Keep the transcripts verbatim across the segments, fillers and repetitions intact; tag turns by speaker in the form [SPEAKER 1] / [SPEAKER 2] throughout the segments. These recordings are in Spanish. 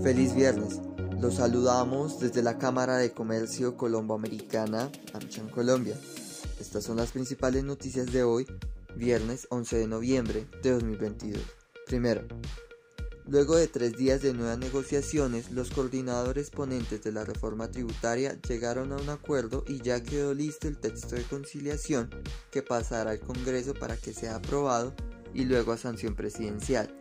[SPEAKER 1] Feliz viernes, los saludamos desde la Cámara de Comercio Colomboamericana, AmCham Colombia. Estas son las principales noticias de hoy, viernes once de noviembre de dos mil veintidós. Primero, luego de tres días de nuevas negociaciones, los coordinadores ponentes de la reforma tributaria llegaron a un acuerdo y ya quedó listo el texto de conciliación que pasará al Congreso para que sea aprobado y luego a sanción presidencial.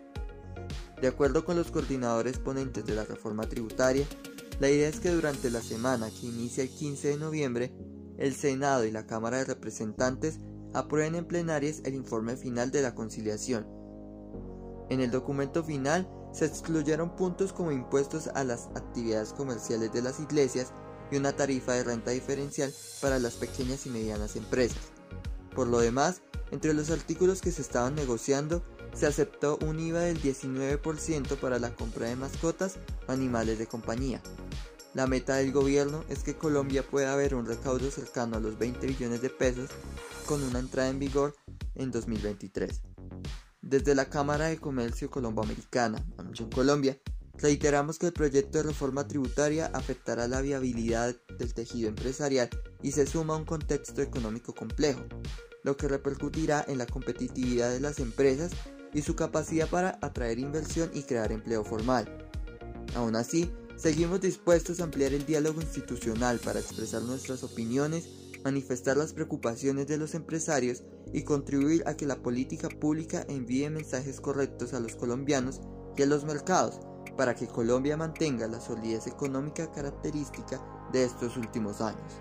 [SPEAKER 1] De acuerdo con los coordinadores ponentes de la reforma tributaria, la idea es que durante la semana que inicia el quince de noviembre, el Senado y la Cámara de Representantes aprueben en plenarias el informe final de la conciliación. En el documento final se excluyeron puntos como impuestos a las actividades comerciales de las iglesias y una tarifa de renta diferencial para las pequeñas y medianas empresas. Por lo demás, entre los artículos que se estaban negociando, se aceptó un I V A del diecinueve por ciento para la compra de mascotas o animales de compañía. La meta del gobierno es que Colombia pueda ver un recaudo cercano a los veinte billones de pesos con una entrada en vigor en dos mil veintitrés. Desde la Cámara de Comercio Colomboamericana, AmCham Colombia, reiteramos que el proyecto de reforma tributaria afectará la viabilidad del tejido empresarial y se suma a un contexto económico complejo, lo que repercutirá en la competitividad de las empresas y su capacidad para atraer inversión y crear empleo formal. Aún así, seguimos dispuestos a ampliar el diálogo institucional para expresar nuestras opiniones, manifestar las preocupaciones de los empresarios y contribuir a que la política pública envíe mensajes correctos a los colombianos y a los mercados para que Colombia mantenga la solidez económica característica de estos últimos años.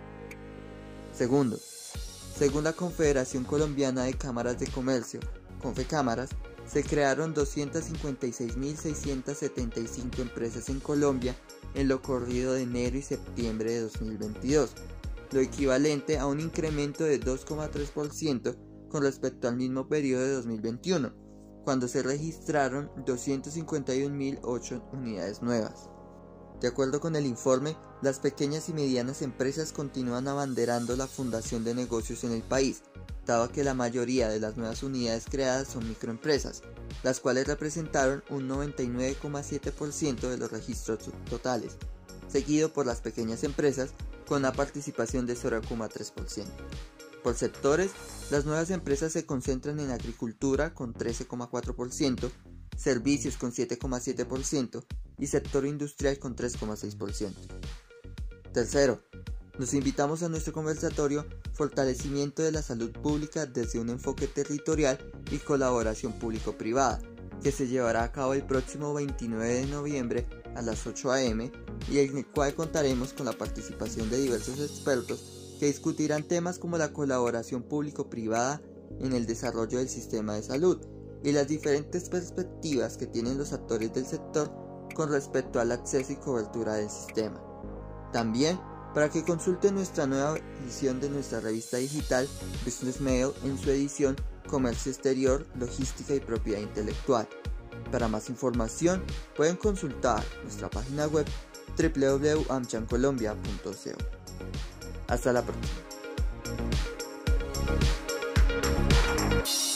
[SPEAKER 1] Segundo, según la Confederación Colombiana de Cámaras de Comercio, Confecámaras, se crearon doscientas cincuenta y seis mil seiscientas setenta y cinco empresas en Colombia en lo corrido de enero y septiembre de dos mil veintidós, lo equivalente a un incremento de dos coma tres por ciento con respecto al mismo periodo de dos mil veintiuno, cuando se registraron doscientas cincuenta y un mil ocho unidades nuevas. De acuerdo con el informe, las pequeñas y medianas empresas continúan abanderando la fundación de negocios en el país, dado que la mayoría de las nuevas unidades creadas son microempresas, las cuales representaron un noventa y nueve coma siete por ciento de los registros totales, seguido por las pequeñas empresas con una participación de cero coma tres por ciento. Por sectores, las nuevas empresas se concentran en agricultura con trece coma cuatro por ciento, servicios con siete coma siete por ciento y sector industrial con tres coma seis por ciento. Tercero, nos invitamos a nuestro conversatorio Fortalecimiento de la Salud Pública desde un enfoque territorial y colaboración público-privada, que se llevará a cabo el próximo veintinueve de noviembre a las ocho a eme y en el cual contaremos con la participación de diversos expertos que discutirán temas como la colaboración público-privada en el desarrollo del sistema de salud y las diferentes perspectivas que tienen los actores del sector con respecto al acceso y cobertura del sistema. También para que consulten nuestra nueva edición de nuestra revista digital Business Mail en su edición Comercio Exterior, Logística y Propiedad Intelectual. Para más información pueden consultar nuestra página web doble u doble u doble u punto amcham colombia punto co. Hasta la próxima.